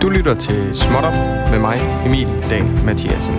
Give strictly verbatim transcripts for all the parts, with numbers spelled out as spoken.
Du lytter til Småt Op med mig, Emil Dahl Mathiasen.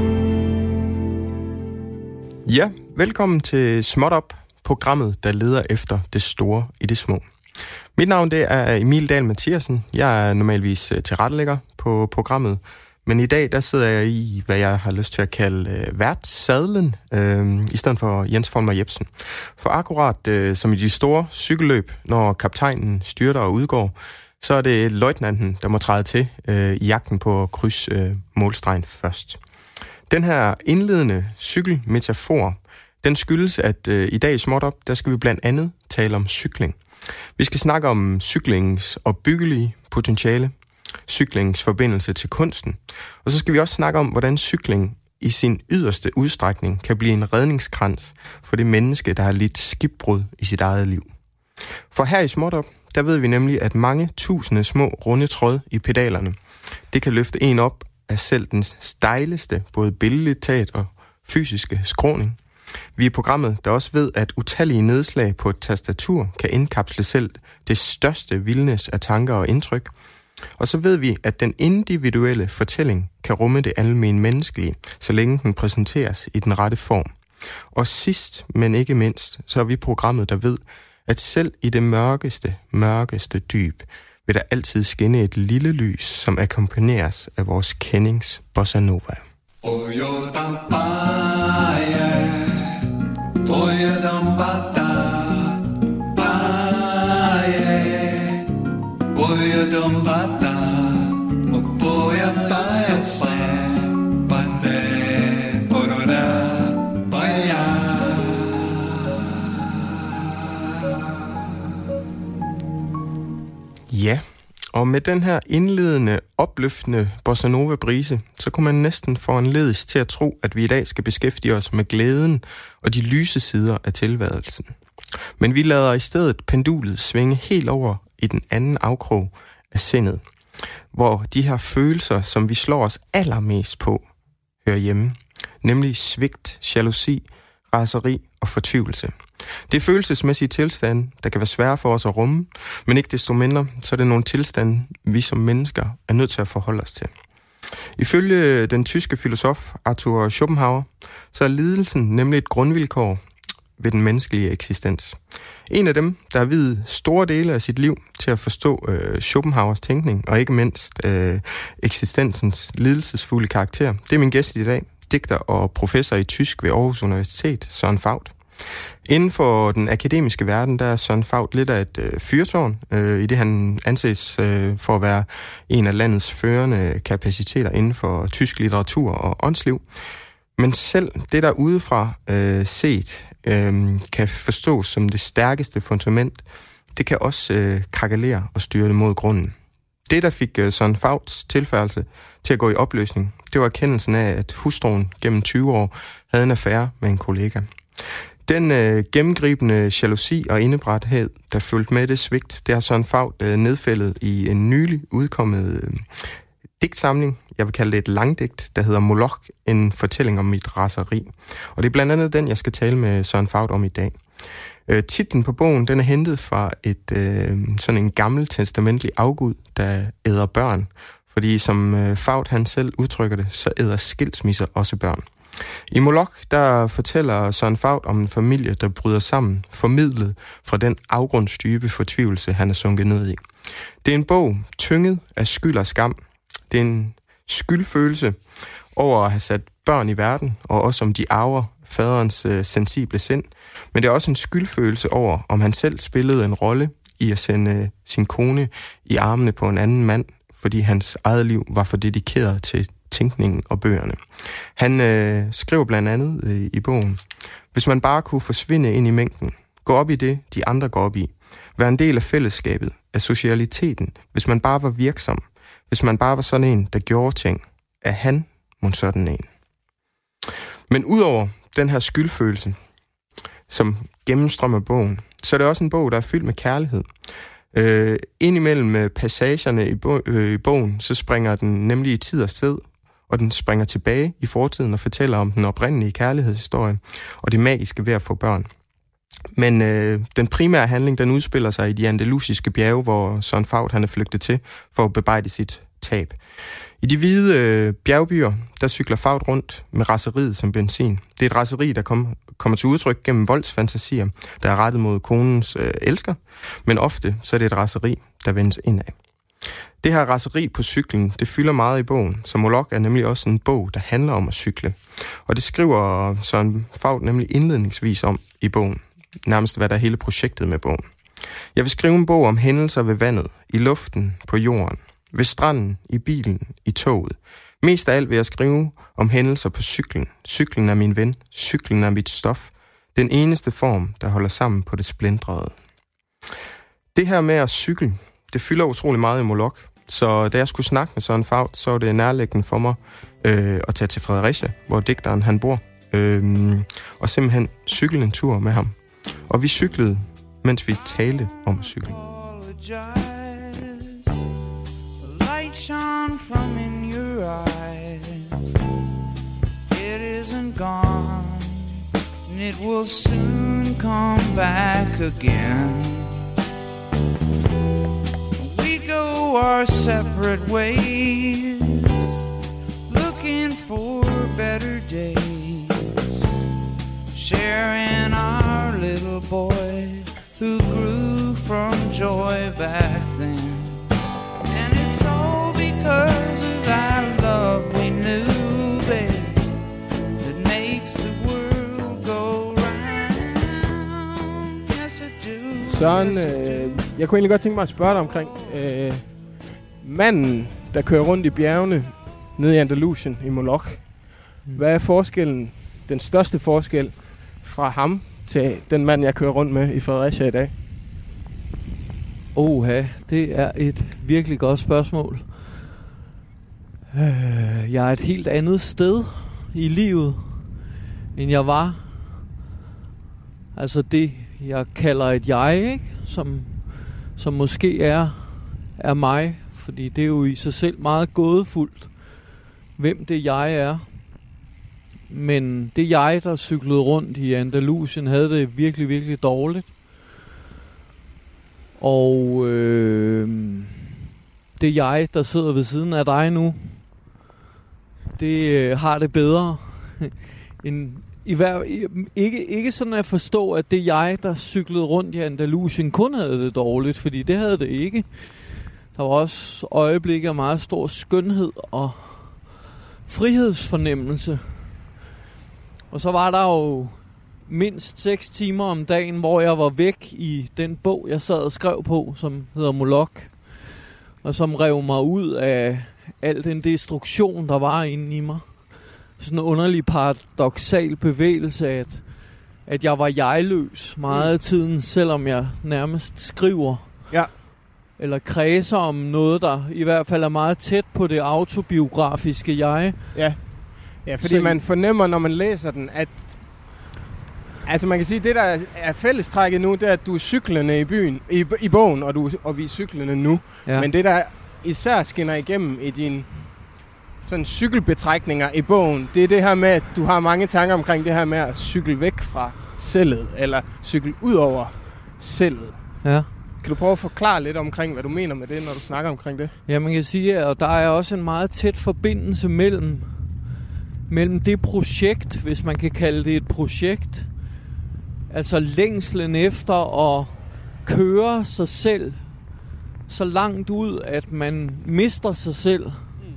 Ja, velkommen til Småt Op, programmet, der leder efter det store i det små. Mit navn det er Emil Dahl Mathiasen. Jeg er normalvis tilrettelægger på programmet, men i dag der sidder jeg i, hvad jeg har lyst til at kalde øh, værtssadlen, øh, i stedet for Jens Folmer Jebsen. For akkurat øh, som i de store cykelløb, når kaptajnen styrter og udgår, så er det løjtnanten, der må træde til øh, i jagten på at krydse øh, målstregen først. Den her indledende cykelmetafor, den skyldes, at øh, i dag i Småt Op, der skal vi blandt andet tale om cykling. Vi skal snakke om cyklingens opbyggelige potentiale, cyklingens forbindelse til kunsten, og så skal vi også snakke om, hvordan cykling i sin yderste udstrækning kan blive en redningskrans for det menneske, der har lidt skibbrud i sit eget liv. For her i Småt Op, der ved vi nemlig, at mange tusinde små runde tråd i pedalerne, det kan løfte en op af selv den stejleste, både billedligt taget og fysiske skråning. Vi er i programmet, der også ved, at utallige nedslag på et tastatur kan indkapsle selv det største vildnes af tanker og indtryk. Og så ved vi, at den individuelle fortælling kan rumme det almene menneskelige, så længe den præsenteres i den rette form. Og sidst, men ikke mindst, så er vi programmet, der ved, at selv i det mørkeste, mørkeste dyb, vil der altid skinne et lille lys, som akkompagneres af vores kendings bossa nova. Ja, og med den her indledende, opløftende bossa nova-brise, så kunne man næsten få en ledes til at tro, at vi i dag skal beskæftige os med glæden og de lyse sider af tilværelsen. Men vi lader i stedet pendulet svinge helt over i den anden afkrog af sindet, hvor de her følelser, som vi slår os allermest på, hører hjemme, nemlig svigt, jalousi, raseri og fortvivlelse. Det er følelsesmæssige tilstande, der kan være svære for os at rumme, men ikke desto mindre, så er det nogle tilstande, vi som mennesker er nødt til at forholde os til. Ifølge den tyske filosof Arthur Schopenhauer, så er lidelsen nemlig et grundvilkår ved den menneskelige eksistens. En af dem, der har viet store dele af sit liv til at forstå øh, Schopenhauers tænkning, og ikke mindst øh, eksistensens lidelsesfulde karakter, det er min gæst i dag, digter og professor i tysk ved Aarhus Universitet, Søren Fauth. Inden for den akademiske verden, der er Søren Fauth lidt af et øh, fyrtårn, øh, i det han anses øh, for at være en af landets førende kapaciteter inden for tysk litteratur og åndsliv. Men selv det, der udefra øh, set øh, kan forstås som det stærkeste fundament, det kan også øh, krakelere og styre det mod grunden. Det, der fik øh, Søren Fauths tilfærelse til at gå i opløsning, det var erkendelsen af, at hustruen gennem tyve år havde en affære med en kollega. Den øh, gennemgribende jalousi og indebræthed, der fulgte med det svigt, det har Søren Fauth øh, nedfældet i en nylig udkommet øh, digtsamling. Jeg vil kalde det et langdigt, der hedder Moloch, en fortælling om mit raseri. Og det er blandt andet den, jeg skal tale med Søren Fauth om i dag. Øh, titlen på bogen, den er hentet fra et øh, sådan en gammel testamentlig afgud, der æder børn. Fordi som øh, Fauth han selv udtrykker det, så æder skilsmisser også børn. I Moloch, der fortæller Søren Fauth om en familie, der bryder sammen, formidlet fra den afgrundsdybe fortvivlelse, han er sunket ned i. Det er en bog tynget af skyld og skam. Det er en skyldfølelse over at have sat børn i verden, og også om de arver faderens øh, sensible sind. Men det er også en skyldfølelse over, om han selv spillede en rolle i at sende øh, sin kone i armene på en anden mand, fordi hans eget liv var for dedikeret til tænkningen og bøgerne. Han øh, skriver blandt andet øh, i bogen, hvis man bare kunne forsvinde ind i mængden, gå op i det, de andre går op i, være en del af fællesskabet, af socialiteten, hvis man bare var virksom, hvis man bare var sådan en, der gjorde ting, er han mon sådan en. Men udover den her skyldfølelse, som gennemstrømmer bogen, så er det også en bog, der er fyldt med kærlighed. Øh, indimellem passagerne i, bo- øh, i bogen, så springer den nemlig i tid og sted, og den springer tilbage i fortiden og fortæller om den oprindelige kærlighedshistorie og det magiske ved at få børn. Men øh, den primære handling, den udspiller sig i de andalusiske bjerge, hvor Søren Fauth han er flygtet til for at bearbejde sit tab. I de hvide øh, bjergbyer, der cykler Faudt rundt med raseriet som benzin. Det er et raseri, der kom, kommer til udtryk gennem voldsfantasier, der er rettet mod konens øh, elsker, men ofte så er det et raseri, der vendes indad. Det her raseri på cyklen, det fylder meget i bogen, så Moloch er nemlig også en bog, der handler om at cykle. Og det skriver Søren Faudt nemlig indledningsvis om i bogen, nærmest hvad der er hele projektet med bogen. Jeg vil skrive en bog om hændelser ved vandet, i luften, på jorden, ved stranden, i bilen, i toget. Mest af alt vil jeg skrive om hændelser på cyklen. Cyklen er min ven, cyklen er mit stof. Den eneste form, der holder sammen på det splindrede. Det her med at cykle, det fylder utrolig meget i Moloch. Så da jeg skulle snakke med Søren Faudt, så var det nærliggende for mig øh, at tage til Fredericia, hvor digteren han bor, øh, og simpelthen cykle en tur med ham. Og vi cyklede, mens vi talte om at cykle. Shone from in your eyes. It isn't gone, and it will soon come back again. We go our separate ways, looking for better days, sharing our little boy who grew from joy back then. And it's all because of that love we knew, babe, that makes the world go round. Yes, it do. Søren, øh, jeg kunne egentlig godt tænke mig at spørge dig omkring øh, manden, der kører rundt i bjergene nede i Andalusien i Moloch. Hvad er forskellen, den største forskel fra ham til den mand, jeg kører rundt med i Fredericia i dag? Oha, det er et virkelig godt spørgsmål. Øh, jeg er et helt andet sted i livet, end jeg var. Altså det, jeg kalder et jeg, ikke? Som, som måske er, er mig. Fordi det er jo i sig selv meget gådefuldt, hvem det jeg er. Men det jeg, der cyklede rundt i Andalusien, havde det virkelig, virkelig dårligt. Og øh, det jeg, der sidder ved siden af dig nu, det øh, har det bedre. end, i hver, ikke, ikke sådan at forstå, at det jeg, der cyklede rundt i Andalusien, kun havde det dårligt, fordi det havde det ikke. Der var også øjeblikke af meget stor skønhed og frihedsfornemmelse. Og så var der jo mindst seks timer om dagen, hvor jeg var væk i den bog, jeg sad og skrev på, som hedder Moloch, og som rev mig ud af al den destruktion, der var inde i mig. Sådan en underlig paradoksal bevægelse, at, at jeg var jegløs meget af tiden, selvom jeg nærmest skriver. Ja. Eller kredser om noget, der i hvert fald er meget tæt på det autobiografiske jeg. Ja, ja fordi Så man fornemmer, når man læser den, at altså man kan sige, at det der er fællestrækket nu, det er, at du er cyklende i byen, i, i bogen, og, du, og vi er cyklende nu. Ja. Men det der især skinner igennem i dine sådan cykelbetrækninger i bogen, det er det her med, at du har mange tanker omkring det her med at cykle væk fra selvet, eller cykle ud over selvet. Ja. Kan du prøve at forklare lidt omkring, hvad du mener med det, når du snakker omkring det? Ja, man kan sige, at der er også en meget tæt forbindelse mellem, mellem det projekt, hvis man kan kalde det et projekt, altså længslen efter at køre sig selv så langt ud, at man mister sig selv.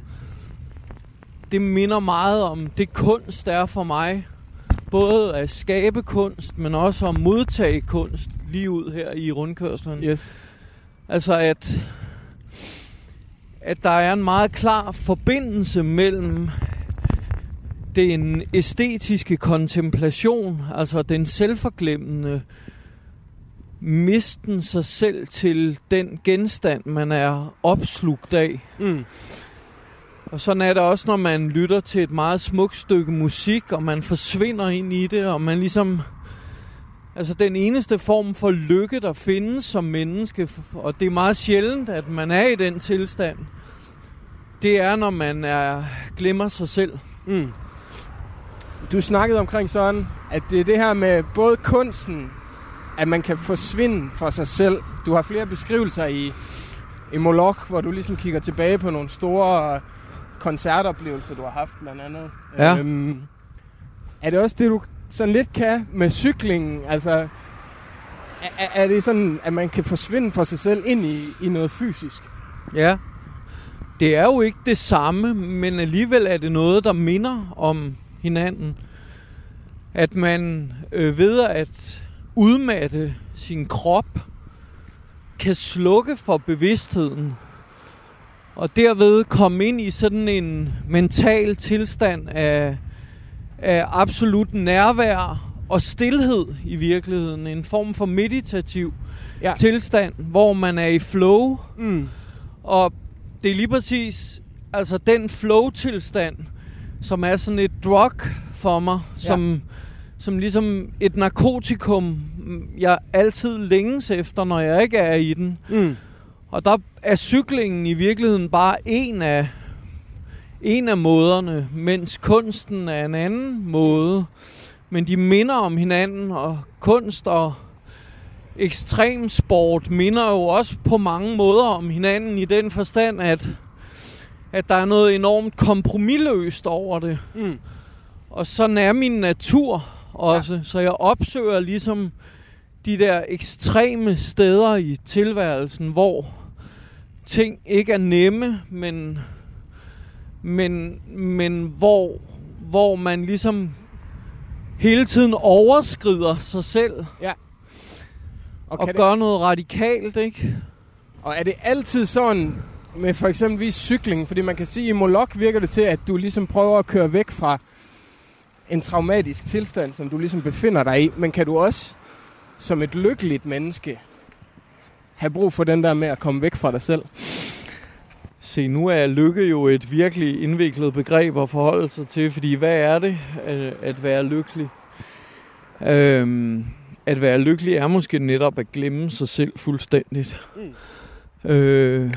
Det minder meget om det kunst, der er for mig. Både at skabe kunst, men også at modtage kunst lige ud her i rundkørslen. Yes. Altså at, at der er en meget klar forbindelse mellem den æstetiske kontemplation, altså den selvforglemmende misten sig selv til den genstand, man er opslugt af. Mm. Og sådan er det også, når man lytter til et meget smukt stykke musik, og man forsvinder ind i det, og man ligesom... Altså den eneste form for lykke, der findes som menneske, og det er meget sjældent, at man er i den tilstand, det er, når man er, glemmer sig selv. Mm. Du snakkede omkring sådan, at det er det her med både kunsten, at man kan forsvinde fra sig selv. Du har flere beskrivelser i, i Moloch, hvor du ligesom kigger tilbage på nogle store koncertoplevelser, du har haft blandt andet. Ja. Øhm, er det også det, du sådan lidt kan med cyklingen? Altså, er, er det sådan, at man kan forsvinde for sig selv ind i, i noget fysisk? Ja. Det er jo ikke det samme, men alligevel er det noget, der minder om hinanden. At man øh, ved at udmatte sin krop, kan slukke for bevidstheden, og derved komme ind i sådan en mental tilstand af, af absolut nærvær og stilhed i virkeligheden. En form for meditativ ja. tilstand, hvor man er i flow. Mm. Og det er lige præcis altså den flow-tilstand, som er sådan et drug for mig, ja. som, som ligesom et narkotikum, jeg altid længes efter, når jeg ikke er i den. Mm. Og der er cyklingen i virkeligheden bare en af, en af måderne, mens kunsten er en anden måde. Men de minder om hinanden, og kunst og ekstremsport minder jo også på mange måder om hinanden i den forstand, at, at der er noget enormt kompromisløst over det. Mm. Og sådan er min natur også, ja. Så jeg opsøger ligesom de der ekstreme steder i tilværelsen, hvor ting ikke er nemme, men, men, men hvor, hvor man ligesom hele tiden overskrider sig selv. Ja. Og, og gør det... noget radikalt, ikke? Og er det altid sådan med for eksempelvis cykling? Fordi man kan sige, at i Moloch virker det til, at du ligesom prøver at køre væk fra en traumatisk tilstand, som du ligesom befinder dig i. Men kan du også, som et lykkeligt menneske, have brug for den der med at komme væk fra dig selv? Se, nu er lykke jo et virkelig indviklet begreb at forholde sig til, fordi hvad er det at, at være lykkelig? Øhm, at være lykkelig er måske netop at glemme sig selv fuldstændigt. Mm. Øh,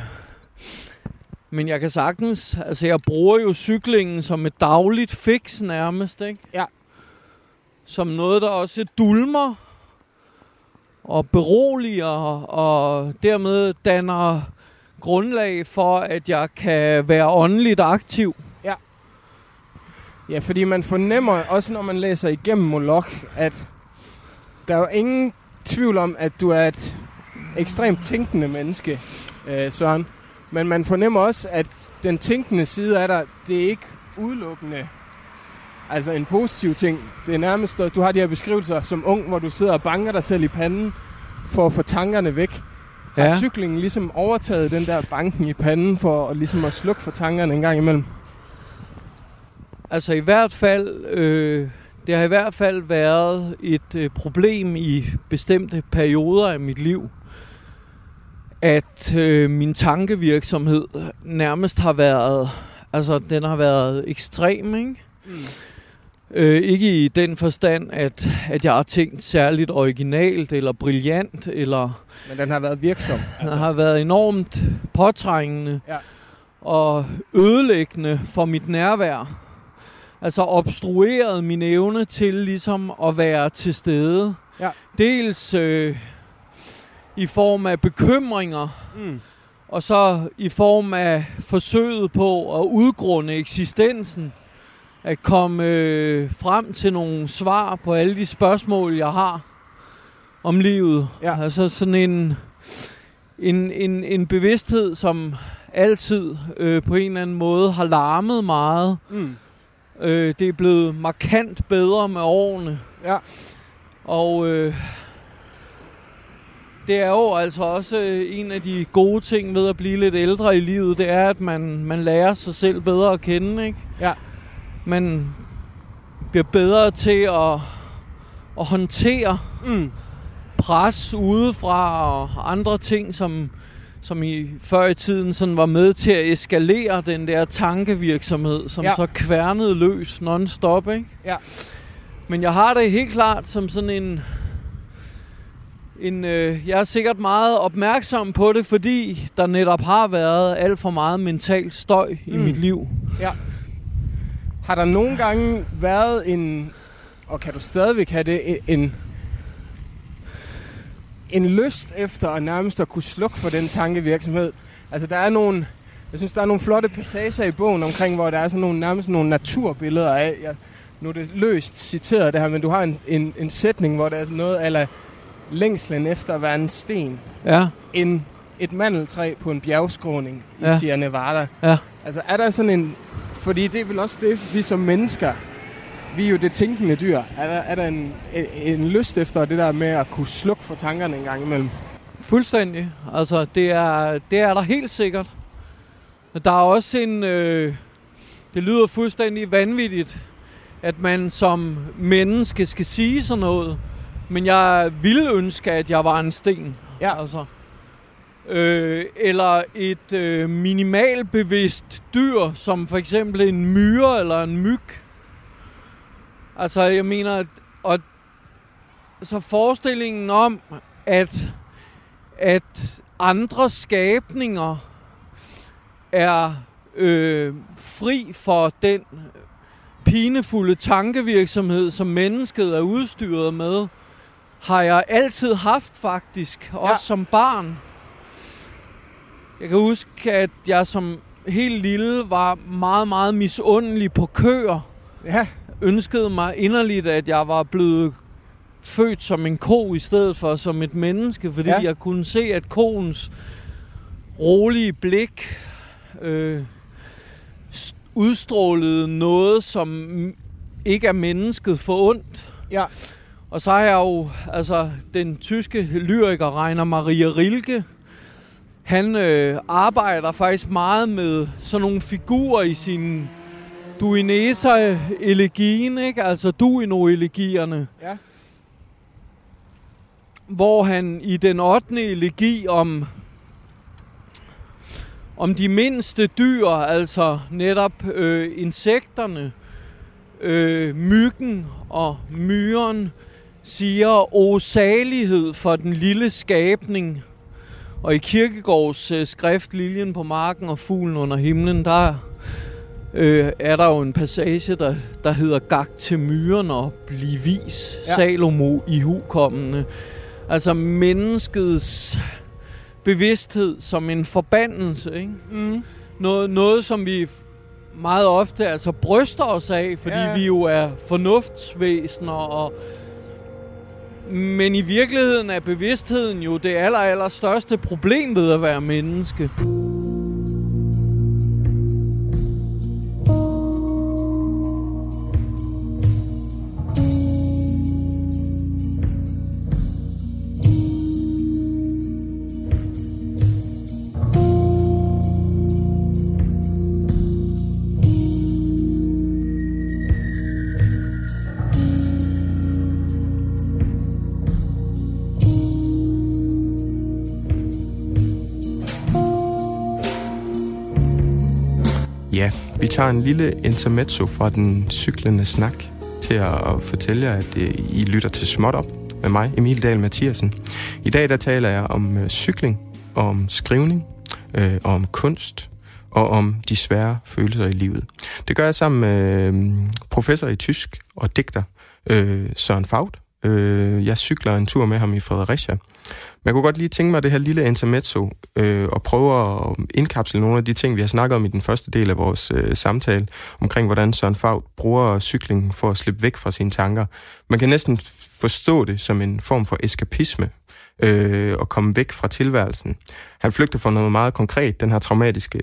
men jeg kan sagtens, altså jeg bruger jo cyklingen som et dagligt fix nærmest, ikke? Ja. Som noget, der også dulmer og beroliger og dermed danner grundlag for, at jeg kan være åndeligt aktiv. Ja. Ja, fordi man fornemmer også, når man læser igennem Moloch, at der er jo ingen tvivl om, at du er et ekstremt tænkende menneske, øh, Søren. Men man fornemmer også, at den tænkende side af dig, det er ikke udelukkende altså en positiv ting. Det er nærmest, du har de her beskrivelser som ung, hvor du sidder og banker dig selv i panden for at få tankerne væk. Har ja. cyklingen ligesom overtaget den der banken i panden for at, ligesom at slukke for tankerne en gang imellem? Altså i hvert fald, øh, det har i hvert fald været et øh, problem i bestemte perioder af mit liv, at øh, min tankevirksomhed nærmest har været, altså den har været ekstrem, ikke? Mm. Øh, ikke i den forstand, at, at jeg har tænkt særligt originalt eller brillant, eller... Men den har været virksom. Altså. Den har været enormt påtrængende ja. og ødelæggende for mit nærvær. Altså obstrueret min evne til ligesom at være til stede. Ja. Dels øh, i form af bekymringer, mm. og så i form af forsøget på at udgrunde eksistensen. At komme øh, frem til nogle svar på alle de spørgsmål, jeg har om livet. Ja. Altså sådan en, en, en, en bevidsthed, som altid øh, på en eller anden måde har larmet meget. Mm. Øh, det er blevet markant bedre med årene. Ja. Og øh, det er jo altså også øh, en af de gode ting ved at blive lidt ældre i livet, det er, at man, man lærer sig selv bedre at kende, ikke? Ja. Man bliver bedre til at, at håndtere mm. pres udefra og andre ting, som, som i før i tiden sådan var med til at eskalere den der tankevirksomhed, som ja. så kværnede løs non-stop, ikke? Ja. Men jeg har det helt klart som sådan en... en øh, jeg er sikkert meget opmærksom på det, fordi der netop har været alt for meget mental støj mm. i mit liv. Ja. Har der nogle gange været en, og kan du stadigvæk have det, en, en lyst efter at nærmest at kunne slukke for den tankevirksomhed? Altså, der er nogle... Jeg synes, der er nogle flotte passager i bogen omkring, hvor der er sådan nogle, nærmest nogle naturbilleder af... Jeg, nu er det løst citeret det her, men du har en, en, en sætning, hvor der er sådan noget eller længslen efter at være en sten. Ja. En, et mandeltræ på en bjergskråning i Ja. Sierra Nevada. Ja. Altså, er der sådan en... Fordi det er vel også det, vi som mennesker... Vi er jo det tænkende dyr. Er der, er der en, en, en lyst efter det der med at kunne slukke for tankerne en gang imellem? Fuldstændig. Altså, det er, det er der helt sikkert. Der er også en... Øh, det lyder fuldstændig vanvittigt, at man som menneske skal sige sådan noget. Men jeg ville ønske, at jeg var en sten. Ja. Altså. Øh, eller et øh, minimalbevidst dyr, som for eksempel en myre eller en myg. Altså, jeg mener, at, og, så forestillingen om, at, at andre skabninger er øh, fri for den pinefulde tankevirksomhed, som mennesket er udstyret med, har jeg altid haft faktisk, også ja. som barn. Jeg kan huske, at jeg som helt lille var meget, meget misundelig på køer. Ja. Ønskede mig inderligt, at jeg var blevet født som en ko i stedet for som et menneske, fordi ja. jeg kunne se, at koens rolige blik øh, udstrålede noget, som ikke er mennesket forundt. Ja. Og så har jeg jo, altså, den tyske lyriker Rainer Maria Rilke, han øh, arbejder faktisk meget med sådan nogle figurer i sin Duineser-elegien, ikke? Altså Duino-elegierne. Ja. Hvor han i den ottende elegi om, om de mindste dyr, altså netop øh, insekterne, øh, myggen og myren, siger o salighed for den lille skabning. Og i Kierkegaards øh, skrift Liljen på marken og fuglen under himlen, der øh, er der jo en passage, der, der hedder Gak til myren og bliv vis, ja. Salomo ihukommende. Altså menneskets bevidsthed som en forbandelse, ikke? Mm. Noget, noget, som vi meget ofte altså bryster os af, fordi ja. vi jo er fornuftsvæsener, og men i virkeligheden er bevidstheden jo det aller, aller største problem ved at være menneske. Ja, vi tager en lille intermezzo fra den cyklende snak til at fortælle jer, at I lytter til Småt Op med mig, Emil Dahl Mathiasen. I dag der taler jeg om cykling, om skrivning, øh, om kunst og om de svære følelser i livet. Det gør jeg sammen med øh, professor i tysk og digter øh, Søren Fauth. Øh, jeg cykler en tur med ham i Fredericia. Men jeg kunne godt lige tænke mig det her lille intermezzo øh, og prøve at indkapsle nogle af de ting, vi har snakket om i den første del af vores øh, samtale, omkring hvordan Søren Fauth bruger cyklingen for at slippe væk fra sine tanker. Man kan næsten forstå det som en form for eskapisme øh, og komme væk fra tilværelsen. Han flygter fra noget meget konkret, den her traumatiske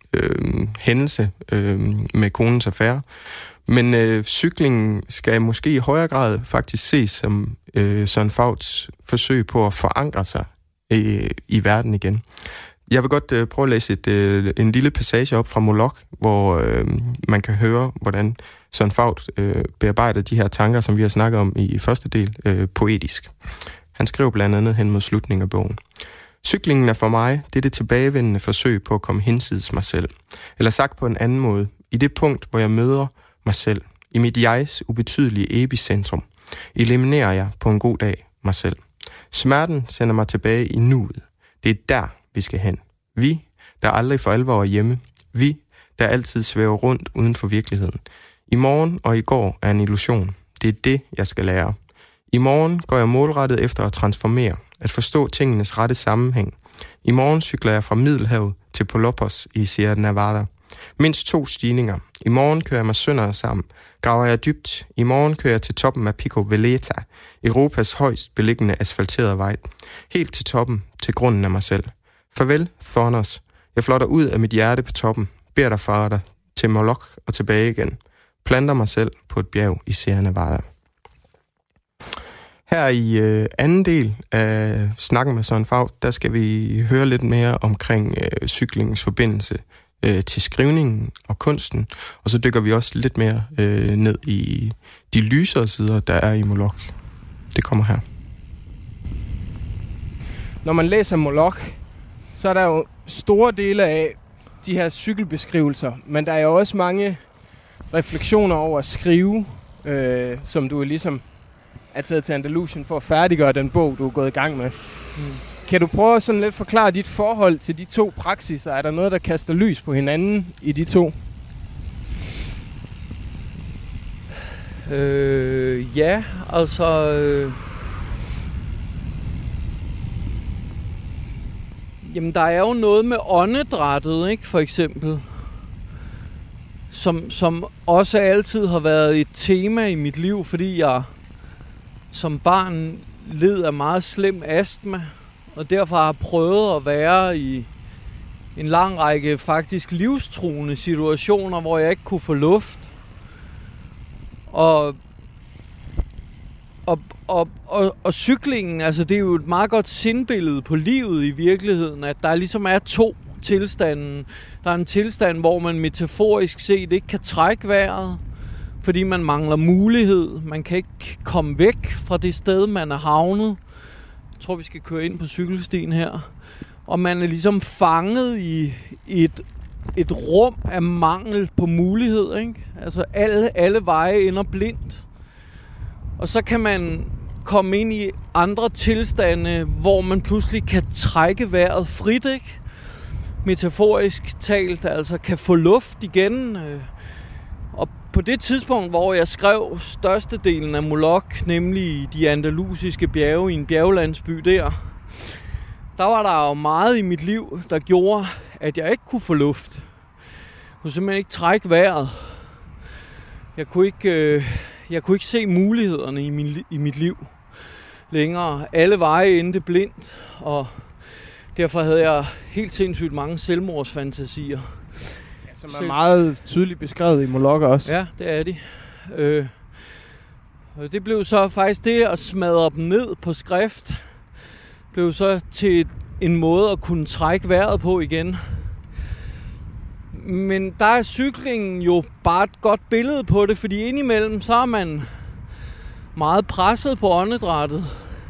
øh, hændelse øh, med konens affære. Men øh, cyklingen skal måske i højere grad faktisk ses som øh, Søren Fauths forsøg på at forankre sig øh, i verden igen. Jeg vil godt øh, prøve at læse et, øh, en lille passage op fra Moloch, hvor øh, man kan høre, hvordan Søren Fauth øh, bearbejder de her tanker, som vi har snakket om i første del, øh, poetisk. Han skrev blandt andet hen mod slutningen af bogen. Cyklingen er for mig det er det tilbagevendende forsøg på at komme hinsides mig selv. Eller sagt på en anden måde, i det punkt, hvor jeg møder mig selv. I mit jegs ubetydelige epicentrum eliminerer jeg på en god dag mig selv. Smerten sender mig tilbage i nuet. Det er der, vi skal hen. Vi, der aldrig for alvor er hjemme. Vi, der altid svæver rundt uden for virkeligheden. I morgen og i går er en illusion. Det er det, jeg skal lære. I morgen går jeg målrettet efter at transformere, at forstå tingenes rette sammenhæng. I morgen cykler jeg fra Middelhavet til Polopos i Sierra Nevada. Mindst to stigninger. I morgen kører jeg mig sønder sammen. Graver jeg dybt. I morgen kører jeg til toppen af Pico Veleta, Europas højst beliggende asfalterede vej. Helt til toppen, til grunden af mig selv. Farvel, Thornos. Jeg flotter ud af mit hjerte på toppen. Beder dig far dig til Moloch og tilbage igen. Planter mig selv på et bjerg i Sierra Nevada. Her i øh, anden del af snakken med Søren Fauth, der skal vi høre lidt mere omkring øh, cyklingens forbindelse øh, til skrivningen og kunsten. Og så dykker vi også lidt mere øh, ned i de lysere sider, der er i Moloch. Det kommer her. Når man læser Moloch, så er der jo store dele af de her cykelbeskrivelser, men der er jo også mange refleksioner over at skrive, øh, som du ligesom er taget til Andalusien for at færdiggøre den bog, du er gået i gang med. Mm. Kan du prøve sådan lidt forklare dit forhold til de to praksiser? Er der noget, der kaster lys på hinanden i de to? Øh, ja, altså... Øh, jamen, der er jo noget med åndedrættet, ikke, for eksempel. Som, som også altid har været et tema i mit liv, fordi jeg som barn led af meget slem astma, og derfor har jeg prøvet at være i en lang række faktisk livstruende situationer, hvor jeg ikke kunne få luft. Og, og, og, og, og cyklingen, altså det er jo et meget godt sindbillede på livet i virkeligheden, at der ligesom er to tilstande. Der er en tilstand, hvor man metaforisk set ikke kan trække vejret, fordi man mangler mulighed. Man kan ikke komme væk fra det sted, man er havnet. Jeg tror, vi skal køre ind på cykelstien her. Og man er ligesom fanget i et, et rum af mangel på mulighed, ikke? Altså alle, alle veje ender blindt. Og så kan man komme ind i andre tilstande, hvor man pludselig kan trække vejret frit, ikke? Metaforisk talt, altså kan få luft igen. Og på det tidspunkt, hvor jeg skrev størstedelen af Moloch, nemlig de andalusiske bjerge i en bjerglandsby der, der var der jo meget i mit liv, der gjorde, at jeg ikke kunne få luft. Jeg kunne simpelthen ikke trække vejret. Jeg kunne ikke, øh, jeg kunne ikke se mulighederne i, min, i mit liv længere. Alle veje endte blindt, og derfor havde jeg helt sindssygt mange selvmordsfantasier. Ja, som er meget tydeligt beskrevet i Moloch også. Ja, det er de. Øh, og det blev så faktisk det at smadre dem ned på skrift, blev så til en måde at kunne trække vejret på igen. Men der er cyklingen jo bare et godt billede på det, fordi indimellem så er man meget presset på åndedrættet.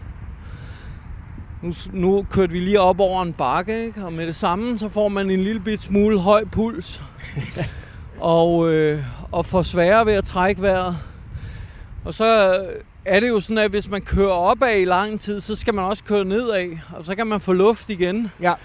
Nu, nu kørte vi lige op over en bakke, ikke? Og med det samme så får man en lille bit smule høj puls og, øh, og får sværere ved at trække vejret. Og så er det jo sådan, at hvis man kører opad i lang tid, så skal man også køre nedad, og så kan man få luft igen. Ja.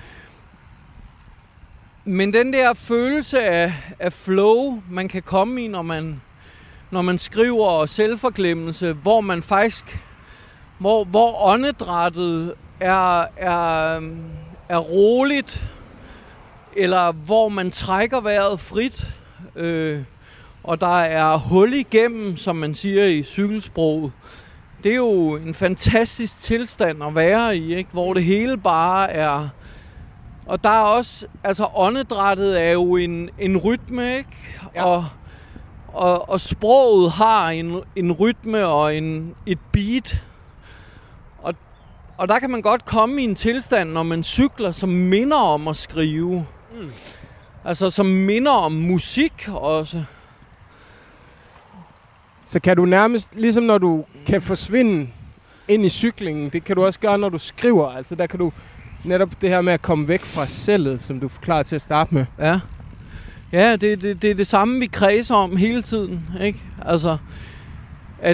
Men den der følelse af, af flow, man kan komme i, når man, når man skriver, og selvforglemmelse, hvor man faktisk, hvor, hvor åndedrættet er, er, er roligt, eller hvor man trækker vejret frit, øh, og der er hul igennem, som man siger i cykelsproget. Det er jo en fantastisk tilstand at være i, ikke? Hvor det hele bare er... Og der er også... Altså, åndedrættet er jo en, en rytme, ikke? Ja. Og, og, og sproget har en, en rytme og en, et beat. Og, og der kan man godt komme i en tilstand, når man cykler, som minder om at skrive. Mm. Altså, som minder om musik også. Så kan du nærmest, ligesom når du kan forsvinde ind i cyklingen, det kan du også gøre, når du skriver. Altså der kan du netop det her med at komme væk fra selvet, som du forklarer til at starte med. Ja, ja det, det, det er det samme, vi kredser om hele tiden, ikke? Altså, at,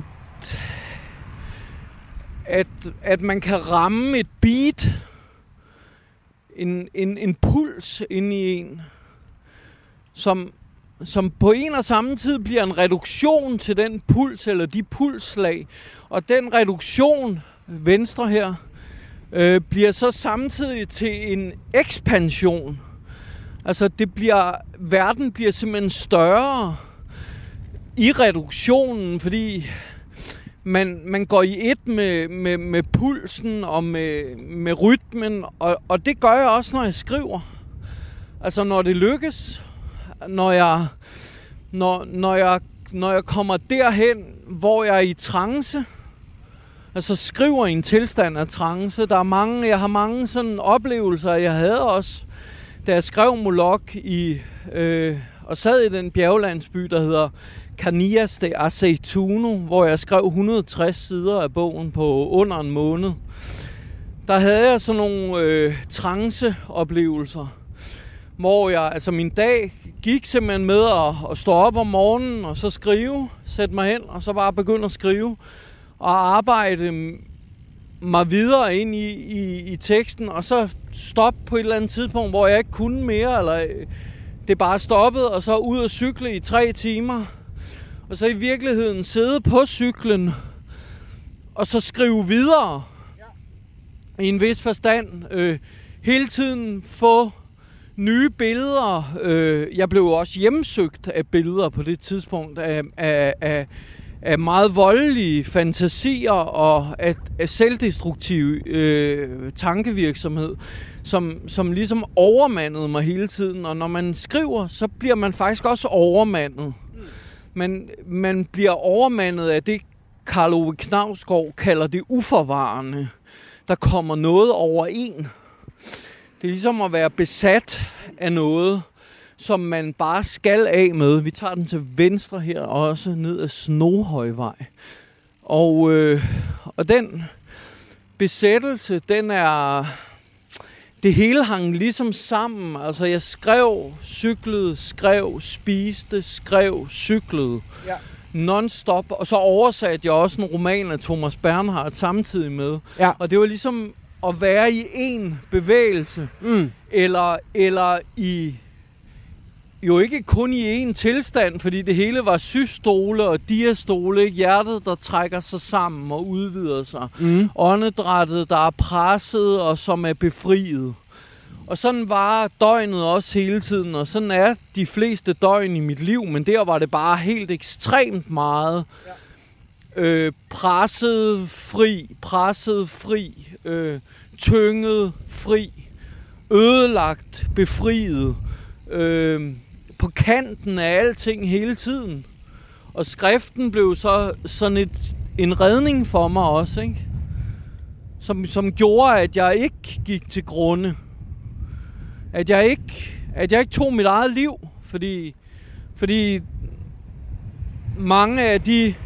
at, at man kan ramme et beat, en, en, en puls inde i en, som... som på en og samme tid bliver en reduktion til den puls, eller de pulsslag. Og den reduktion, venstre her, øh, bliver så samtidig til en ekspansion. Altså, det bliver, verden bliver simpelthen større i reduktionen, fordi man, man går i et med, med, med pulsen og med, med rytmen, og, og det gør jeg også, når jeg skriver. Altså, når det lykkes, når jeg, når, når jeg, når jeg kommer derhen, hvor jeg er i trance, altså skriver i en tilstand af trance. Der er mange, jeg har mange sådan oplevelser, jeg havde også, da jeg skrev Molok i, øh, og sad i den bjerglandsby, der hedder Canías de Aceituno, hvor jeg skrev et hundrede og tres sider af bogen på under en måned. Der havde jeg sådan nogle øh, trance-oplevelser, hvor jeg, altså min dag gik simpelthen med at, at stå op om morgenen, og så skrive, sætte mig hen, og så bare begynde at skrive, og arbejde mig videre ind i, i, i teksten, og så stoppe på et eller andet tidspunkt, hvor jeg ikke kunne mere, eller det bare stoppede, og så ud og cykle i tre timer, og så i virkeligheden sidde på cyklen, og så skrive videre, i en vis forstand, øh, hele tiden få nye billeder. Øh, jeg blev også hjemsøgt af billeder på det tidspunkt, af, af, af, af meget voldelige fantasier og af, af selvdestruktiv øh, tankevirksomhed, som, som ligesom overmandede mig hele tiden. Og når man skriver, så bliver man faktisk også overmandet. Man, man bliver overmandet af det, Karl Ove Knausgård kalder det uforvarende. Der kommer noget over en. Det er ligesom at være besat af noget, som man bare skal af med. Vi tager den til venstre her, også ned ad Snoghøjvej. Og, øh, og den besættelse, den er... Det hele hang ligesom sammen. Altså, jeg skrev, cyklede, skrev, spiste, skrev, cyklede. Ja. Non-stop. Og så oversatte jeg også en roman af Thomas Bernhardt samtidig med. Ja. Og det var ligesom at være i en bevægelse. Mm. Eller, eller i... Jo ikke kun i en tilstand, fordi det hele var systole og diastole. Hjertet, der trækker sig sammen og udvider sig. Mm. Åndedrættet, der er presset og som er befriet. Og sådan var døgnet også hele tiden, og sådan er de fleste døgn i mit liv, men der var det bare helt ekstremt meget. Ja. Øh, presset fri, presset fri, øh, tynget fri, ødelagt, befriet, øh, på kanten af alting hele tiden. Og skriften blev så sådan et, en redning for mig også, ikke? Som, som gjorde, at jeg ikke gik til grunde. At jeg ikke, at jeg ikke tog mit eget liv, fordi, fordi mange af de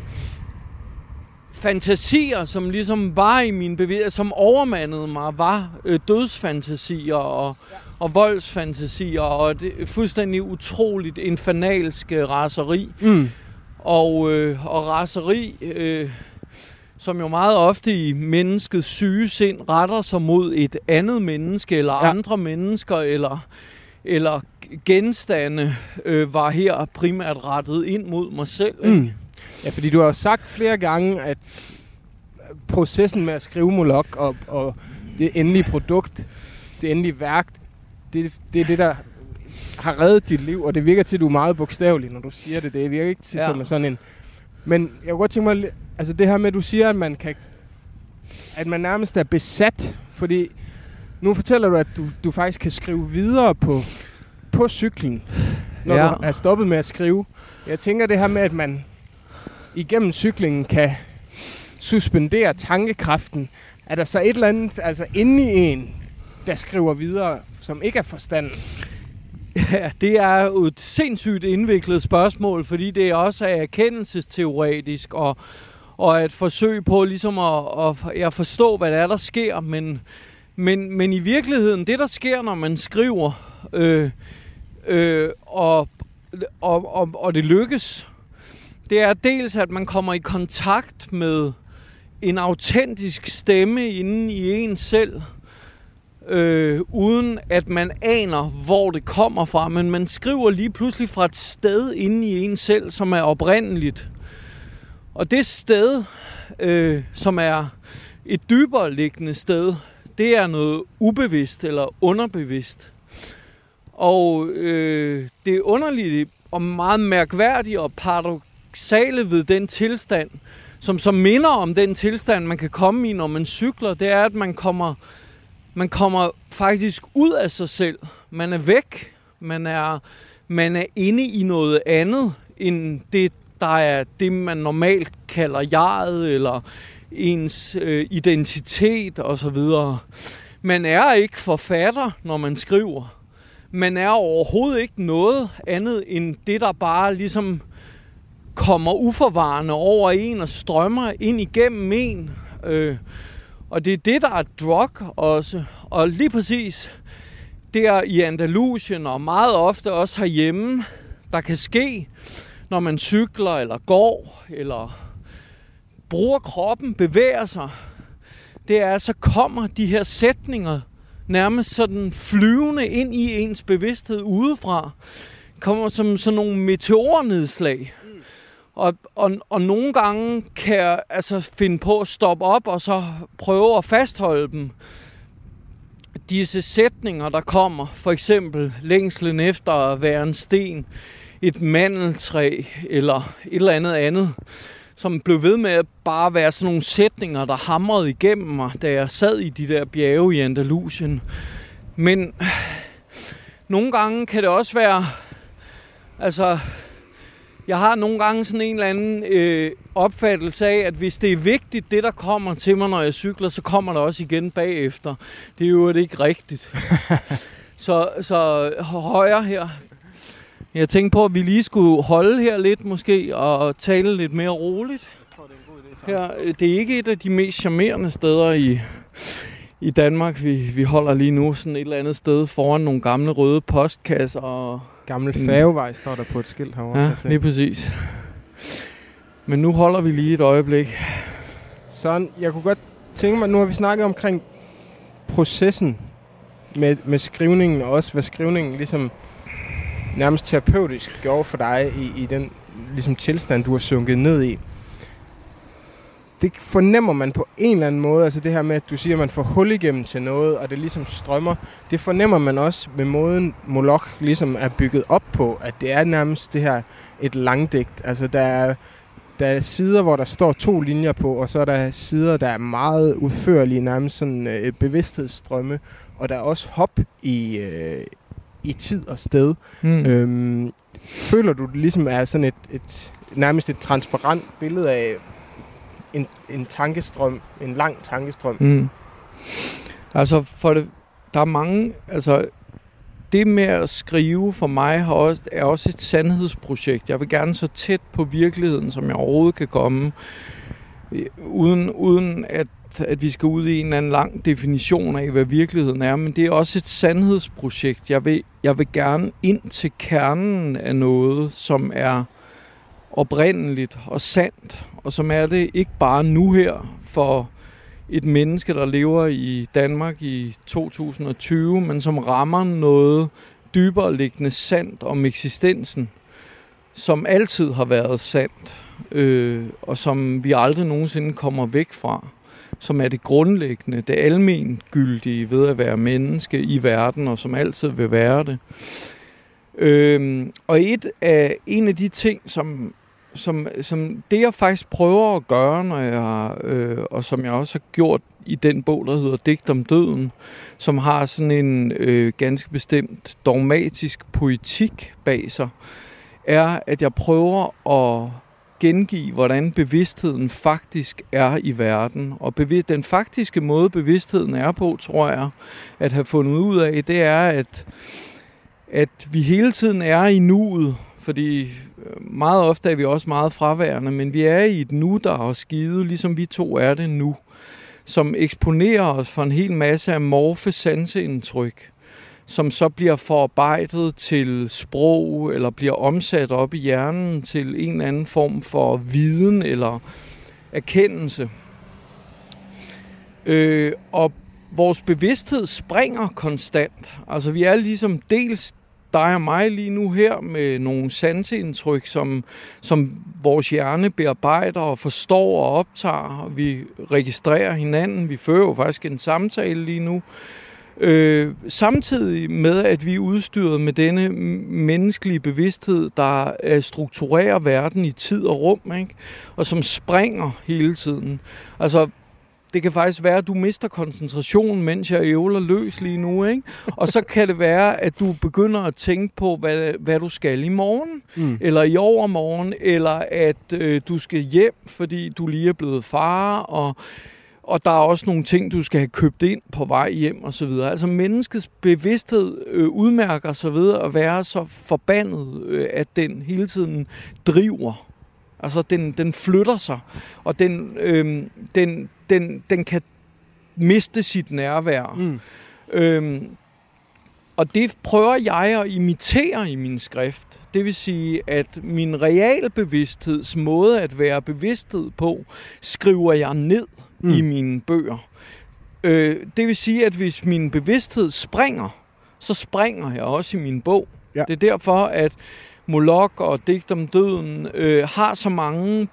fantasier, som ligesom var i min bevægelse, som overmandede mig, var øh, dødsfantasier og, ja. og voldsfantasier, og det fuldstændig utroligt infernalsk øh, raseri. Mm. Og, øh, og raseri, øh, som jo meget ofte i menneskets syge sind retter sig mod et andet menneske, eller ja. andre mennesker, eller, eller genstande, øh, var her primært rettet ind mod mig selv. Mm. Ja, fordi du har sagt flere gange, at processen med at skrive Molok og, og det endelige produkt, det endelige værk, det, det er det, der har reddet dit liv, og det virker til, at du er meget bogstavelig, når du siger det. Det virker ikke til ja. sådan en... Men jeg kunne godt tænke mig, altså det her med, at du siger, at man kan, at man nærmest er besat, fordi nu fortæller du, at du, du faktisk kan skrive videre på, på cyklen, når ja. du er stoppet med at skrive. Jeg tænker det her med, at man igennem cyklingen kan suspendere tankekraften. Er der så et eller andet, altså inde i en, der skriver videre, som ikke er forstanden? Ja, det er jo et sindssygt indviklet spørgsmål, fordi det også er erkendelsesteoretisk og, og et forsøg på ligesom at, at, at forstå, hvad det er, der sker. Men, men, men i virkeligheden, det der sker, når man skriver, øh, øh, og, og, og, og det lykkes, det er dels, at man kommer i kontakt med en autentisk stemme inde i en selv, øh, uden at man aner, hvor det kommer fra. Men man skriver lige pludselig fra et sted inde i en selv, som er oprindeligt. Og det sted, øh, som er et dybere liggende sted, det er noget ubevidst eller underbevidst. Og øh, det er underligt og meget mærkværdigt og paradoksale ved den tilstand, som så minder om den tilstand, man kan komme i, når man cykler, det er, at man kommer, man kommer faktisk ud af sig selv. Man er væk. Man er, man er inde i noget andet, end det, der er det, man normalt kalder jeget, eller ens øh, identitet osv. Man er ikke forfatter, når man skriver. Man er overhovedet ikke noget andet, end det, der bare ligesom kommer uforvarende over en og strømmer ind igennem en. Øh, og det er det, der er drug også. Og lige præcis der i Andalusien og meget ofte også herhjemme, der kan ske, når man cykler eller går eller bruger kroppen, bevæger sig, det er, så kommer de her sætninger nærmest sådan flyvende ind i ens bevidsthed udefra. Kommer som sådan nogle meteornedslag. Mm. Og, og, og nogle gange kan jeg altså finde på at stoppe op og så prøve at fastholde dem. Disse sætninger, der kommer, for eksempel længslen efter at være en sten, et mandeltræ eller et eller andet andet, som blev ved med at bare være sådan nogle sætninger, der hamrede igennem mig, da jeg sad i de der bjerge i Andalusien. Men nogle gange kan det også være, altså, jeg har nogle gange sådan en eller anden øh, opfattelse af, at hvis det er vigtigt, det der kommer til mig, når jeg cykler, så kommer der også igen bagefter. Det er jo ikke rigtigt. så, så højre her. Jeg tænkte på, at vi lige skulle holde her lidt måske, og tale lidt mere roligt. Jeg tror, det er en god idé. Her, det er ikke et af de mest charmerende steder i, i Danmark. Vi, vi holder lige nu sådan et eller andet sted foran nogle gamle røde postkasser. Og Gammel færgevej står der på et skilt herovre. Ja, lige præcis. Men nu holder vi lige et øjeblik. Sådan, jeg kunne godt tænke mig, nu har vi snakket omkring processen med, med skrivningen, og også hvad skrivningen ligesom nærmest terapeutisk gjorde for dig i, i den ligesom, tilstand, du har sunket ned i. Det fornemmer man på en eller anden måde, altså det her med, at du siger, at man får hul igennem til noget, og det ligesom strømmer. Det fornemmer man også med måden, Moloch ligesom er bygget op på, at det er nærmest det her et langdigt. Altså der er, der er sider, hvor der står to linjer på, og så er der sider, der er meget udførlige, nærmest sådan øh, bevidsthedsstrømme, og der er også hop i, øh, i tid og sted. Mm. Øhm, føler du, det ligesom er sådan et, et nærmest et transparent billede af en, en tankestrøm, en lang tankestrøm? Mm. Altså, for det, der er mange, altså, det med at skrive for mig har også, er også et sandhedsprojekt. Jeg vil gerne så tæt på virkeligheden, som jeg overhovedet kan komme, uden, uden at, at vi skal ud i en eller anden lang definition af, hvad virkeligheden er. Men det er også et sandhedsprojekt. Jeg vil, jeg vil gerne ind til kernen af noget, som er oprindeligt og sandt, og som er det ikke bare nu her for et menneske, der lever i Danmark i to tusind og tyve, men som rammer noget dybere liggende sandt om eksistensen, som altid har været sandt, øh, og som vi aldrig nogensinde kommer væk fra, som er det grundlæggende, det almengyldige ved at være menneske i verden, og som altid vil være det. Øh, og et af, en af de ting, som Som, som det jeg faktisk prøver at gøre, når jeg, øh, og som jeg også har gjort i den bog, der hedder Digt om døden, som har sådan en øh, ganske bestemt dogmatisk poetik bag sig, er, at jeg prøver at gengive, hvordan bevidstheden faktisk er i verden. Og bevid- den faktiske måde, bevidstheden er på, tror jeg, at have fundet ud af, det er, at, at vi hele tiden er i nuet. Fordi meget ofte er vi også meget fraværende, men vi er i et nu, der er skide, ligesom vi to er det nu, som eksponerer os for en hel masse amorfe sanseindtryk, som så bliver forarbejdet til sprog, eller bliver omsat op i hjernen til en eller anden form for viden eller erkendelse. Øh, og vores bevidsthed springer konstant. Altså vi er ligesom dels dig og mig lige nu her med nogle sanseindtryk, som, som vores hjerne bearbejder og forstår og optager. Vi registrerer hinanden. Vi fører jo faktisk en samtale lige nu. Øh, samtidig med, at vi er udstyret med denne menneskelige bevidsthed, der øh, strukturerer verden i tid og rum, ikke? Og som springer hele tiden. Altså, det kan faktisk være, at du mister koncentrationen, mens jeg ævler løs lige nu, ikke? Og så kan det være, at du begynder at tænke på, hvad, hvad du skal i morgen, mm. eller i overmorgen, eller at øh, du skal hjem, fordi du lige er blevet far, og, og der er også nogle ting, du skal have købt ind på vej hjem, og så videre. Altså menneskets bevidsthed øh, udmærker sig ved at være så forbandet, øh, at den hele tiden driver. Altså, den, den flytter sig, og den, øhm, den, den, den kan miste sit nærvær. Mm. Øhm, og det prøver jeg at imitere i min skrift. Det vil sige, at min realbevidstheds måde at være bevidsthed på, skriver jeg ned mm. i mine bøger. Øh, det vil sige, at hvis min bevidsthed springer, så springer jeg også i min bog. Ja. Det er derfor, at Moloch og Digt om døden øh, har så mange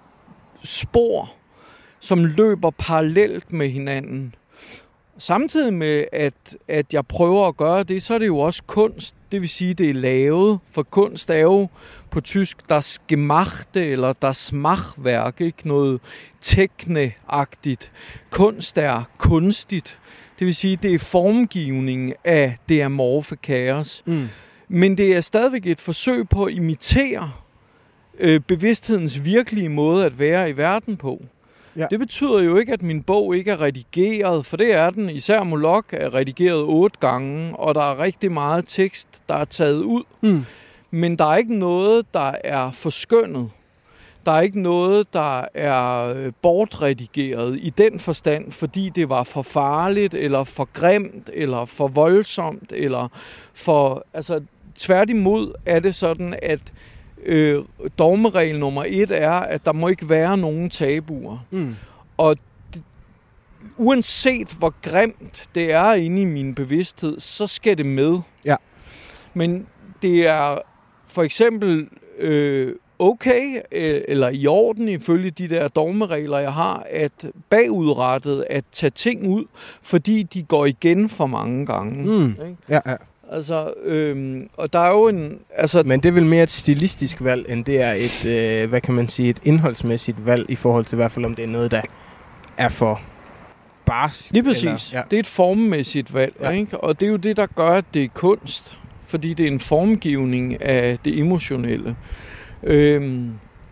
spor, som løber parallelt med hinanden. Samtidig med, at, at jeg prøver at gøre det, så er det jo også kunst. Det vil sige, det er lavet. For kunst er jo på tysk das Gemachte eller das Machwerk, ikke noget tekneagtigt. Kunst er kunstigt. Det vil sige, det er formgivning af det amorfe kaos. Mm. Men det er stadigvæk et forsøg på at imitere øh, bevidsthedens virkelige måde at være i verden på. Ja. Det betyder jo ikke, at min bog ikke er redigeret, for det er den. Især Moloch er redigeret otte gange, og der er rigtig meget tekst, der er taget ud. Mm. Men der er ikke noget, der er forskønnet. Der er ikke noget, der er bortredigeret i den forstand, fordi det var for farligt, eller for grimt, eller for voldsomt, eller for... Altså, tværtimod er det sådan, at øh, dogmeregel nummer et er, at der må ikke være nogen tabuer. Mm. Og det, uanset hvor grimt det er inde i min bevidsthed, så skal det med. Ja. Men det er for eksempel øh, okay, øh, eller i orden ifølge de der dogmeregler, jeg har, at bagudrettet at tage ting ud, fordi de går igen for mange gange. Mm. Ikke? Ja, ja. Altså, øhm, og der er jo en... Altså, men det er vel mere et stilistisk valg, end det er et, øh, hvad kan man sige, et indholdsmæssigt valg, i forhold til i hvert fald, om det er noget, der er for barsk. Lige præcis. Eller, ja. Det er et formmæssigt valg, ja. Ikke? Og det er jo det, der gør, at det er kunst. Fordi det er en formgivning af det emotionelle. Øhm,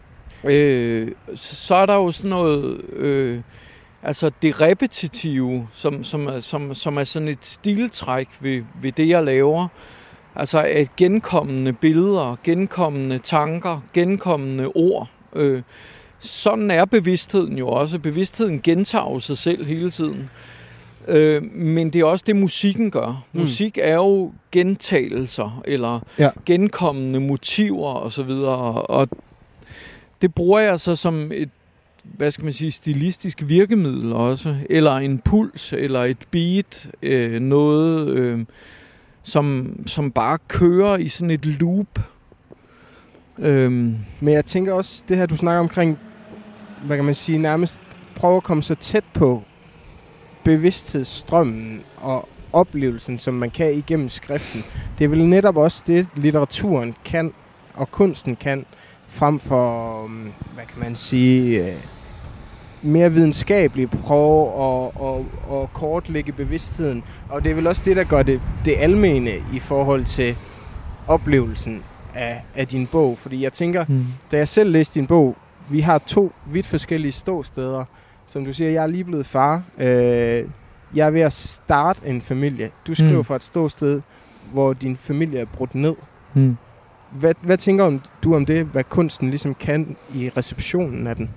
øh, så er der jo sådan noget... Øh, Altså det repetitive, som, som, er, som, som er sådan et stiltræk ved, ved det, jeg laver. Altså at genkommende billeder, genkommende tanker, genkommende ord. Øh, sådan er bevidstheden jo også. Bevidstheden gentager sig selv hele tiden. Øh, men det er også det, musikken gør. Mm. Musik er jo gentagelser, eller ja. genkommende motiver osv. Og det bruger jeg så som et hvad skal man sige, stilistisk virkemiddel også, eller en puls, eller et beat, øh, noget, øh, som, som bare kører i sådan et loop. Øhm. Men jeg tænker også, det her, du snakker omkring, hvad kan man sige, nærmest prøve at komme så tæt på bevidsthedsstrømmen og oplevelsen, som man kan igennem skriften. Det er vel netop også det, litteraturen kan, og kunsten kan, frem for, hvad kan man sige, mere videnskabeligt prøve at, at, at kortlægge bevidstheden. Og det er vel også det, der gør det, det almene i forhold til oplevelsen af, af din bog. Fordi jeg tænker, mm. da jeg selv læste din bog, vi har to vidt forskellige ståsteder. Som du siger, jeg er lige blevet far. Øh, jeg er ved at starte en familie. Du skriver mm. fra et ståsted, hvor din familie er brudt ned. Mm. Hvad, hvad tænker du om det, hvad kunsten ligesom kan i receptionen af den?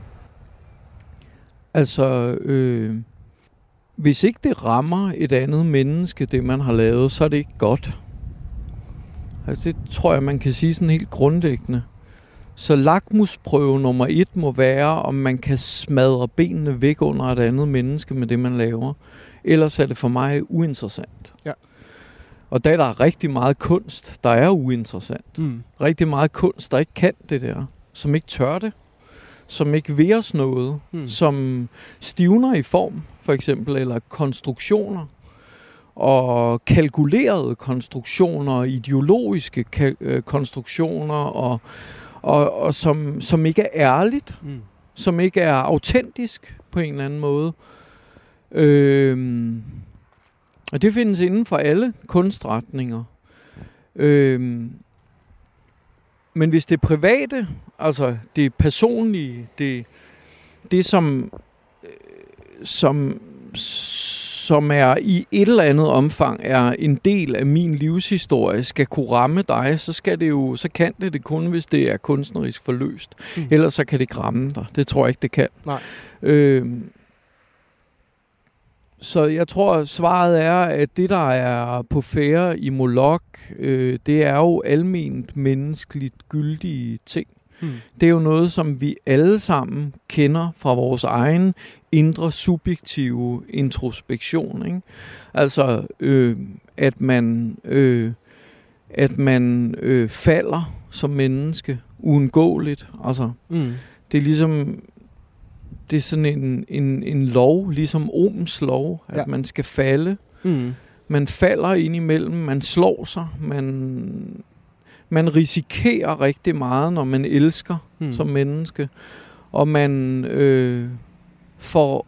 Altså, øh, hvis ikke det rammer et andet menneske, det man har lavet, så er det ikke godt. Altså, det tror jeg, man kan sige sådan helt grundlæggende. Så lakmusprøve nummer et må være, om man kan smadre benene væk under et andet menneske med det, man laver. Ellers er det for mig uinteressant. Ja. Og der er der rigtig meget kunst, der er uinteressant. Mm. Rigtig meget kunst, der ikke kan det der. Som ikke tør det. Som ikke vil os noget. Mm. Som stivner i form, for eksempel. Eller konstruktioner. og kalkulerede konstruktioner, ideologiske kal- øh, konstruktioner, og, og, og som, som ikke er ærligt, mm. som ikke er autentisk på en eller anden måde. Øhm, og det findes inden for alle kunstretninger. Øhm, men hvis det private, altså det personlige, det, det som, som, som er i et eller andet omfang er en del af min livshistorie, skal kunne ramme dig, så skal det jo, så kan det det kun, hvis det er kunstnerisk forløst. Mm. Ellers så kan det ikke ramme dig. Det tror jeg ikke, det kan. Nej. Øhm, Så jeg tror, at svaret er, at det, der er på færde i Moloch, øh, det er jo alment menneskeligt gyldige ting. Hmm. Det er jo noget, som vi alle sammen kender fra vores egen indre subjektive introspektion. Ikke? Altså, øh, at man, øh, at man øh, falder som menneske uundgåeligt. Altså, hmm. det er ligesom... Det er sådan en, en, en lov, ligesom Ohms lov, at ja. man skal falde. Mm. Man falder ind imellem, man slår sig, man, man risikerer rigtig meget, når man elsker mm. som menneske. Og man øh, får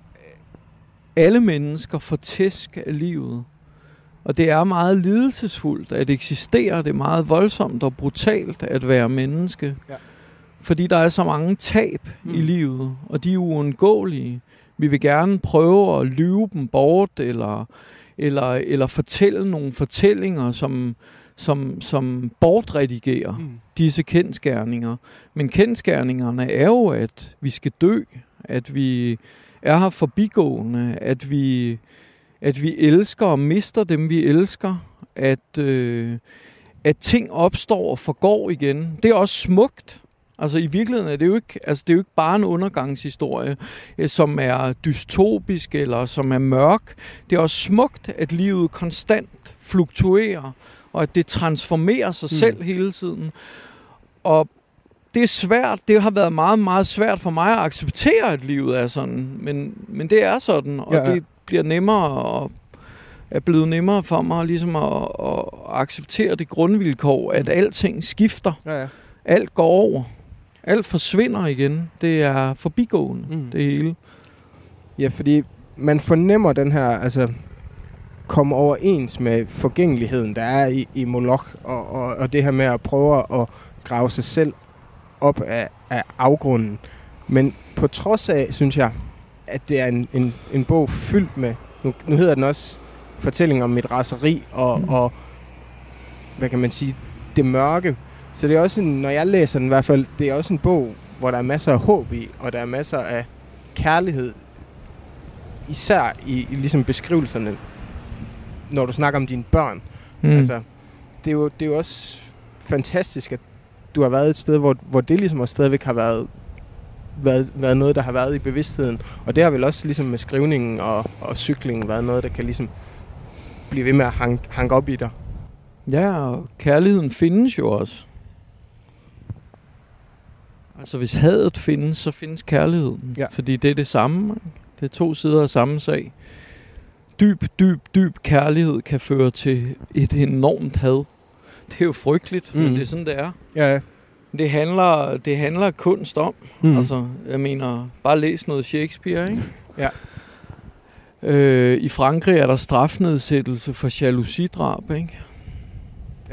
alle mennesker får tæsk af livet. Og det er meget lidelsesfuldt at eksistere, det er meget voldsomt og brutalt at være menneske. Ja. Fordi der er så mange tab mm. i livet, og de er uundgåelige. Vi vil gerne prøve at lyve dem bort, eller, eller, eller fortælle nogle fortællinger, som, som, som bortredigerer mm. disse kendsgerninger. Men kendsgerningerne er jo, at vi skal dø, at vi er her forbigående, at vi, at vi elsker og mister dem, vi elsker, at, øh, at ting opstår og forgår igen. Det er også smukt. Altså i virkeligheden er det jo ikke, altså det er jo ikke bare en undergangshistorie, eh, som er dystopisk eller som er mørk. Det er også smukt, at livet konstant fluktuerer, og at det transformerer sig mm. selv hele tiden. Og det er svært, det har været meget, meget svært for mig at acceptere, at livet er sådan. Men, men det er sådan, og ja, ja. det bliver nemmere og er blevet nemmere for mig ligesom at, at acceptere det grundvilkår, at alting skifter. Ja, ja. Alt går over. Alt forsvinder igen. Det er forbigående, mm. det hele. Ja, fordi man fornemmer den her, altså, komme overens med forgængeligheden, der er i, i Moloch, og, og, og det her med at prøve at grave sig selv op af, af afgrunden. Men på trods af, synes jeg, at det er en, en, en bog fyldt med, nu, nu hedder den også fortælling om mit raseri, og, mm. og hvad kan man sige, det mørke. Så det er også en, når jeg læser den i hvert fald, det er også en bog, hvor der er masser af håb i, og der er masser af kærlighed, især i, i ligesom beskrivelserne, når du snakker om dine børn. Mm. Altså, det er, jo, det er jo også fantastisk, at du har været et sted, hvor, hvor det ligesom også stadigvæk har været, været, været noget, der har været i bevidstheden. Og det har vel også ligesom med skrivningen og, og cyklingen været noget, der kan ligesom blive ved med at hanke, hanke op i dig. Ja, og kærligheden findes jo også. Altså hvis hadet findes, så findes kærligheden. Ja. Fordi det er det samme. Det er to sider af samme sag. Dyb, dyb, dyb kærlighed kan føre til et enormt had. Det er jo frygteligt, mm. men det er sådan, det er. Ja, ja. Det handler, det handler kunst om. Mm. Altså, jeg mener, bare læs noget Shakespeare, ikke? Ja. Øh, I Frankrig er der strafnedsættelse for jalousidrab, ikke? Ja.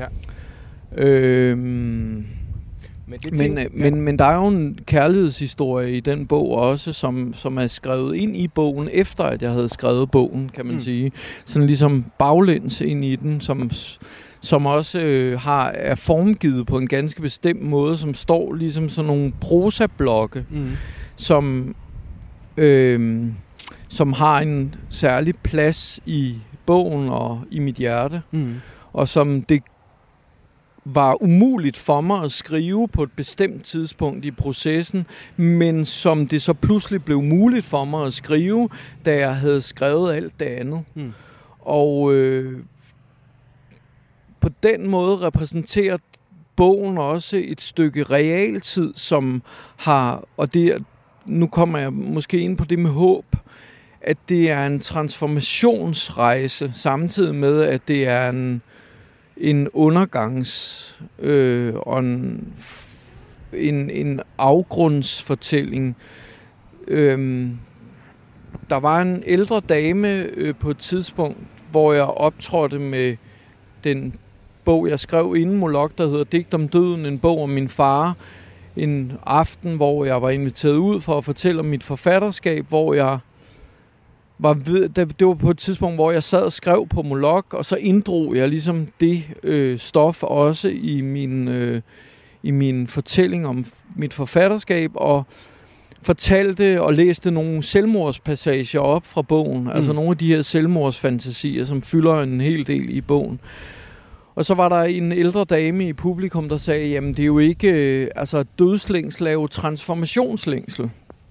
Øhm, men, det ting, men, ja. men, men der er jo en kærlighedshistorie i den bog også, som, som er skrevet ind i bogen, efter at jeg havde skrevet bogen, kan man mm. sige. Sådan ligesom baglæns ind i den, som, som også øh, har, er formgivet på en ganske bestemt måde, som står ligesom sådan nogle prosablokke, mm. som, øh, som har en særlig plads i bogen og i mit hjerte. Mm. Og som det var umuligt for mig at skrive på et bestemt tidspunkt i processen, men som det så pludselig blev muligt for mig at skrive, da jeg havde skrevet alt det andet. Mm. Og øh, på den måde repræsenterer bogen også et stykke realtid, som har, og det, nu kommer jeg måske ind på det med håb, at det er en transformationsrejse, samtidig med, at det er en, en undergangs- øh, og en, en, en afgrundsfortælling. Øh, der var en ældre dame øh, på et tidspunkt, hvor jeg optrådte med den bog, jeg skrev inden Moloch, der hedder Digt om døden, en bog om min far. En aften, hvor jeg var inviteret ud for at fortælle om mit forfatterskab, hvor jeg var ved, det var på et tidspunkt, hvor jeg sad og skrev på Moloch, og så inddrog jeg ligesom det øh, stof også i min, øh, i min fortælling om mit forfatterskab, og fortalte og læste nogle selvmordspassager op fra bogen, mm. altså nogle af de her selvmordsfantasier, som fylder en hel del i bogen. Og så var der en ældre dame i publikum, der sagde, jamen det er jo ikke øh, altså dødslængsel, er jo transformationslængsel.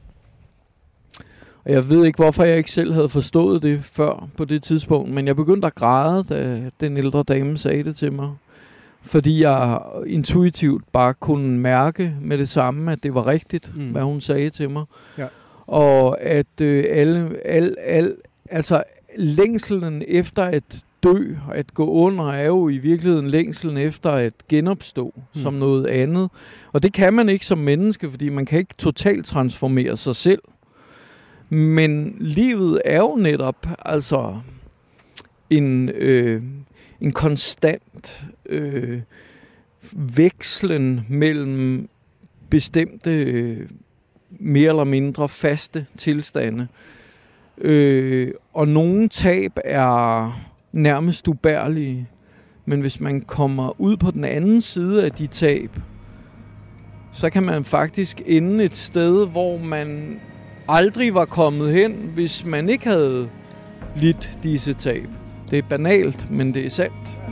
Og jeg ved ikke, hvorfor jeg ikke selv havde forstået det før på det tidspunkt, men jeg begyndte at græde, da den ældre dame sagde det til mig. Fordi jeg intuitivt bare kunne mærke med det samme, at det var rigtigt, mm. hvad hun sagde til mig. Ja. Og at øh, alle, alle, alle, altså længselen efter at dø, at gå under, er jo i virkeligheden længselen efter at genopstå mm. som noget andet. Og det kan man ikke som menneske, fordi man kan ikke totalt transformere sig selv. Men livet er jo netop altså en, øh, en konstant øh, vekslen mellem bestemte øh, mere eller mindre faste tilstande. Øh, og nogle tab er nærmest ubærlige, men hvis man kommer ud på den anden side af de tab, så kan man faktisk ende et sted, hvor man aldrig var kommet hen, hvis man ikke havde lidt disse tab. Det er banalt, men det er sandt.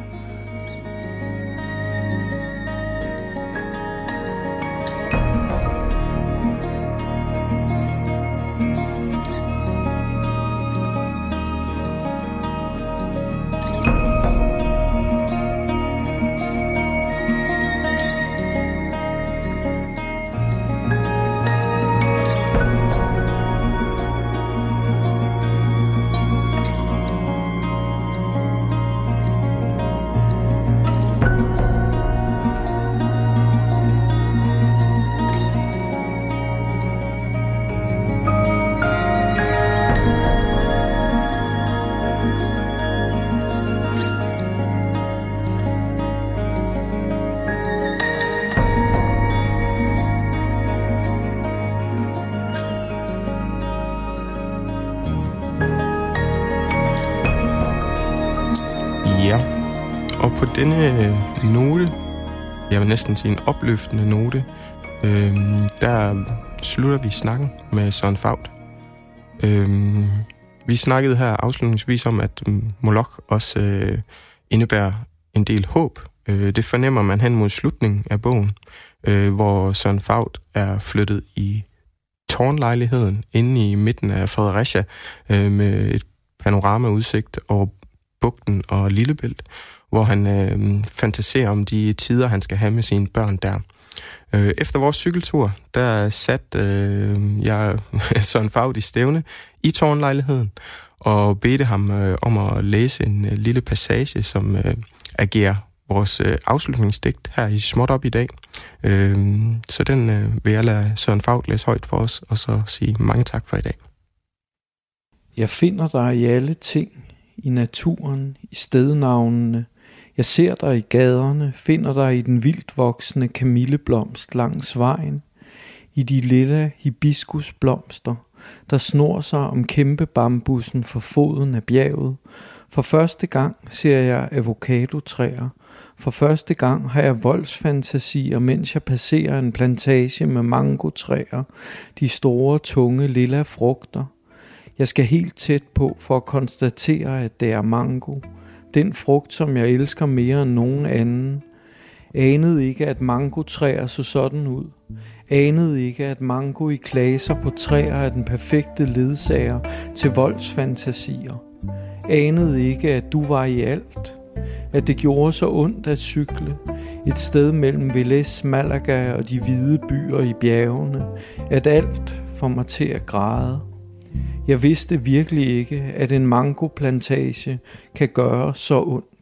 Denne note, jeg vil næsten sige en opløftende note, øh, der slutter vi snakken med Søren Fauth. Øh, vi snakkede her afslutningsvis om, at Moloch også øh, indebærer en del håb. Øh, det fornemmer man hen mod slutningen af bogen, øh, hvor Søren Fauth er flyttet i tårnlejligheden inde i midten af Fredericia øh, med et panoramaudsigt over bugten og Lillebælt, hvor han øh, fantaserer om de tider, han skal have med sine børn der. Øh, efter vores cykeltur, der satte øh, jeg Søren Fauth i stævne i tårnlejligheden, og bedte ham øh, om at læse en øh, lille passage, som øh, agerer vores øh, afslutningsdigt her i Småt op i dag. Øh, så den øh, vil jeg lade Søren Fauth læse højt for os, og så sige mange tak for i dag. Jeg finder dig i alle ting, i naturen, i stednavnene. Jeg ser dig i gaderne, finder dig i den vildt voksende kamilleblomst langs vejen, i de lille hibiskusblomster, der snor sig om kæmpe bambussen for foden af bjerget. For første gang ser jeg avocadotræer. For første gang har jeg voldsfantasier, mens jeg passerer en plantage med mangotræer, de store, tunge, lilla frugter. Jeg skal helt tæt på for at konstatere, at det er mango. Den frugt, som jeg elsker mere end nogen anden. Anede ikke, at mangotræer så sådan ud. Anede ikke, at mango i klaser på træer er den perfekte ledsager til voldsfantasier. Anede ikke, at du var i alt. At det gjorde så ondt at cykle. Et sted mellem Velez, Malaga og de hvide byer i bjergene. At alt får mig til at græde. Jeg vidste virkelig ikke, at en mangoplantage kan gøre så ondt.